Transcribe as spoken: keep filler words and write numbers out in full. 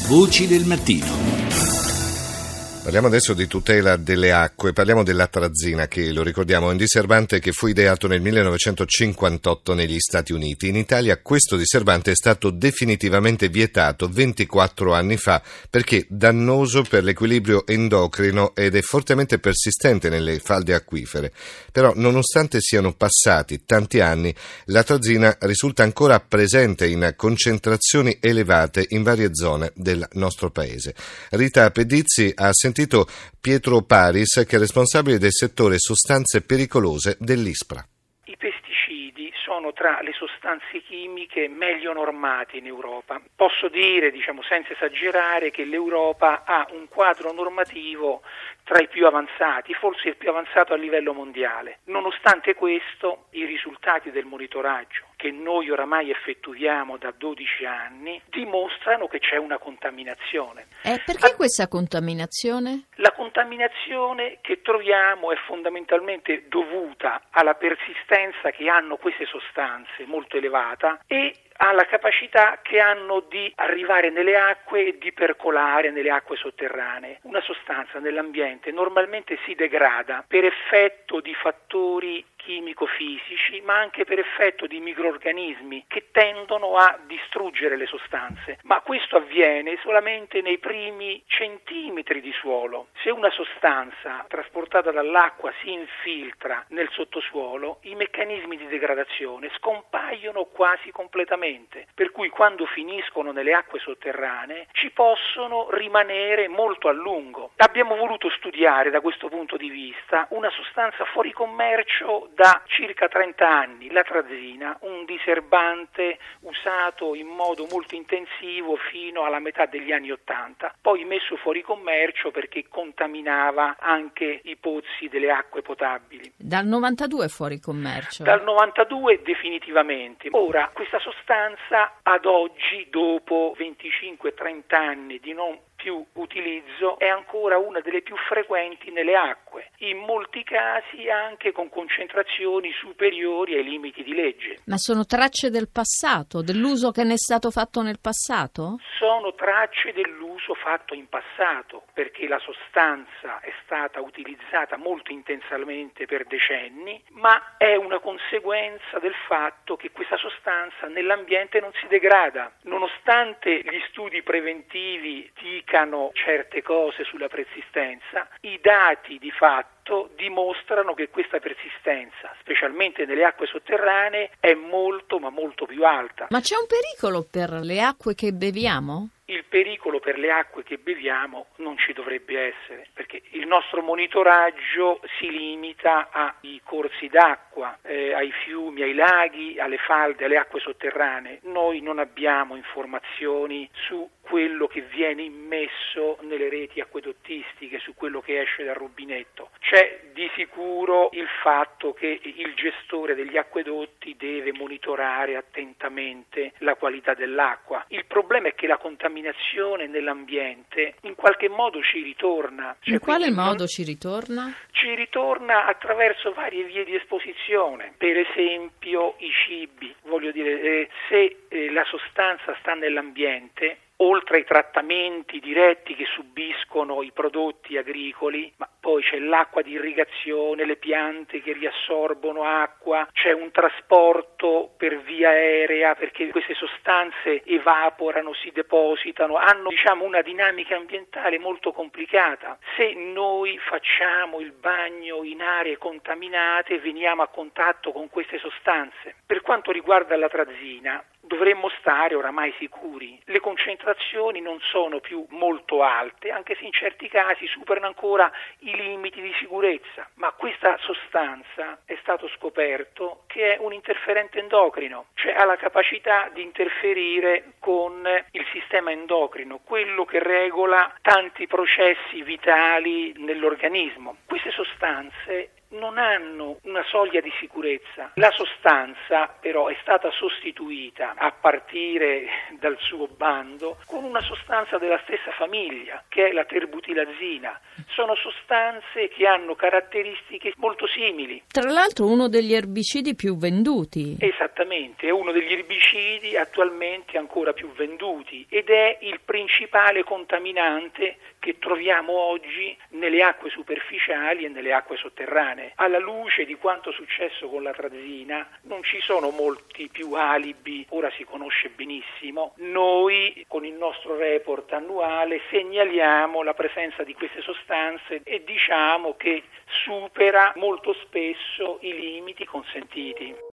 Voci del mattino. Parliamo adesso di tutela delle acque, parliamo dell'atrazina che, lo ricordiamo, è un diserbante che fu ideato nel millenovecentocinquantotto negli Stati Uniti. In Italia questo diserbante è stato definitivamente vietato ventiquattro anni fa perché dannoso per l'equilibrio endocrino ed è fortemente persistente nelle falde acquifere. Però nonostante siano passati tanti anni, l'atrazina risulta ancora presente in concentrazioni elevate in varie zone del nostro paese. Rita Pedizzi ha sentito Pietro Paris, che è responsabile del settore sostanze pericolose dell'ISPRA. I pesticidi sono tra le sostanze chimiche meglio normate in Europa. Posso dire, diciamo senza esagerare, che l'Europa ha un quadro normativo tra i più avanzati, forse il più avanzato a livello mondiale. Nonostante questo, i risultati del monitoraggio che noi oramai effettuiamo da dodici anni dimostrano che c'è una contaminazione. E perché Ma questa contaminazione? La contaminazione che troviamo è fondamentalmente dovuta alla persistenza che hanno queste sostanze molto elevata e alla capacità che hanno di arrivare nelle acque e di percolare nelle acque sotterranee. Una sostanza nell'ambiente normalmente si degrada per effetto di fattori chimico-fisici, ma anche per effetto di microrganismi che tendono a distruggere le sostanze. Ma questo avviene solamente nei primi centimetri di suolo. Se una sostanza trasportata dall'acqua si infiltra nel sottosuolo, i meccanismi di degradazione scompaiono quasi completamente, per cui quando finiscono nelle acque sotterranee ci possono rimanere molto a lungo. Abbiamo voluto studiare da questo punto di vista una sostanza fuori commercio da circa trenta anni, l'atrazina, un diserbante usato in modo molto intensivo fino alla metà degli anni ottanta, poi messo fuori commercio perché contaminava anche i pozzi delle acque potabili. Dal novantadue è fuori commercio? Dal novantadue definitivamente. Ora, questa sostanza ad oggi, dopo venticinque trenta anni di non più utilizzo, è ancora una delle più frequenti nelle acque, in molti casi anche con concentrazioni superiori ai limiti di legge. Ma sono tracce del passato, dell'uso che ne è stato fatto nel passato? Sono tracce dell'uso fatto in passato, perché la sostanza è stata utilizzata molto intensamente per decenni, ma è una conseguenza del fatto che questa sostanza nell'ambiente non si degrada. Nonostante gli studi preventivi dicano certe cose sulla persistenza, i dati di fatto dimostrano che questa persistenza, specialmente nelle acque sotterranee, è molto ma molto più alta. Ma c'è un pericolo per le acque che beviamo? Il pericolo per le acque che beviamo non ci dovrebbe essere, perché il nostro monitoraggio si limita ai corsi d'acqua, eh, ai fiumi, ai laghi, alle falde, alle acque sotterranee. Noi non abbiamo informazioni su quello che viene immesso nelle reti acquedottistiche, su quello che esce dal rubinetto. C'è di sicuro il fatto che il gestore degli acquedotti deve monitorare attentamente la qualità dell'acqua. Il problema è che la contaminazione nell'ambiente in qualche modo ci ritorna. Cioè, in quale modo non... ci ritorna? Ci ritorna attraverso varie vie di esposizione, per esempio i cibi. Voglio dire, eh, se eh, la sostanza sta nell'ambiente, oltre ai trattamenti diretti che subiscono i prodotti agricoli, ma poi c'è l'acqua di irrigazione, le piante che riassorbono acqua, c'è un trasporto per via aerea perché queste sostanze evaporano, si depositano, hanno diciamo una dinamica ambientale molto complicata. Se noi facciamo il bagno in aree contaminate veniamo a contatto con queste sostanze. Per quanto riguarda l'atrazina, dovremmo stare oramai sicuri. Le concentrazioni non sono più molto alte, anche se in certi casi superano ancora i limiti di sicurezza, ma questa sostanza è stato scoperto che è un interferente endocrino, cioè ha la capacità di interferire con il sistema endocrino, quello che regola tanti processi vitali nell'organismo. Queste sostanze non hanno una soglia di sicurezza. La sostanza però è stata sostituita a partire dal suo bando con una sostanza della stessa famiglia, che è la terbutilazina. Sono sostanze che hanno caratteristiche molto simili. Tra l'altro uno degli erbicidi più venduti. Esattamente, è uno degli erbicidi attualmente ancora più venduti ed è il principale contaminante che troviamo oggi nelle acque superficiali e nelle acque sotterranee. Alla luce di quanto successo con l'atrazina non ci sono molti più alibi, ora si conosce benissimo. Noi con il nostro report annuale segnaliamo la presenza di queste sostanze e diciamo che supera molto spesso i limiti consentiti.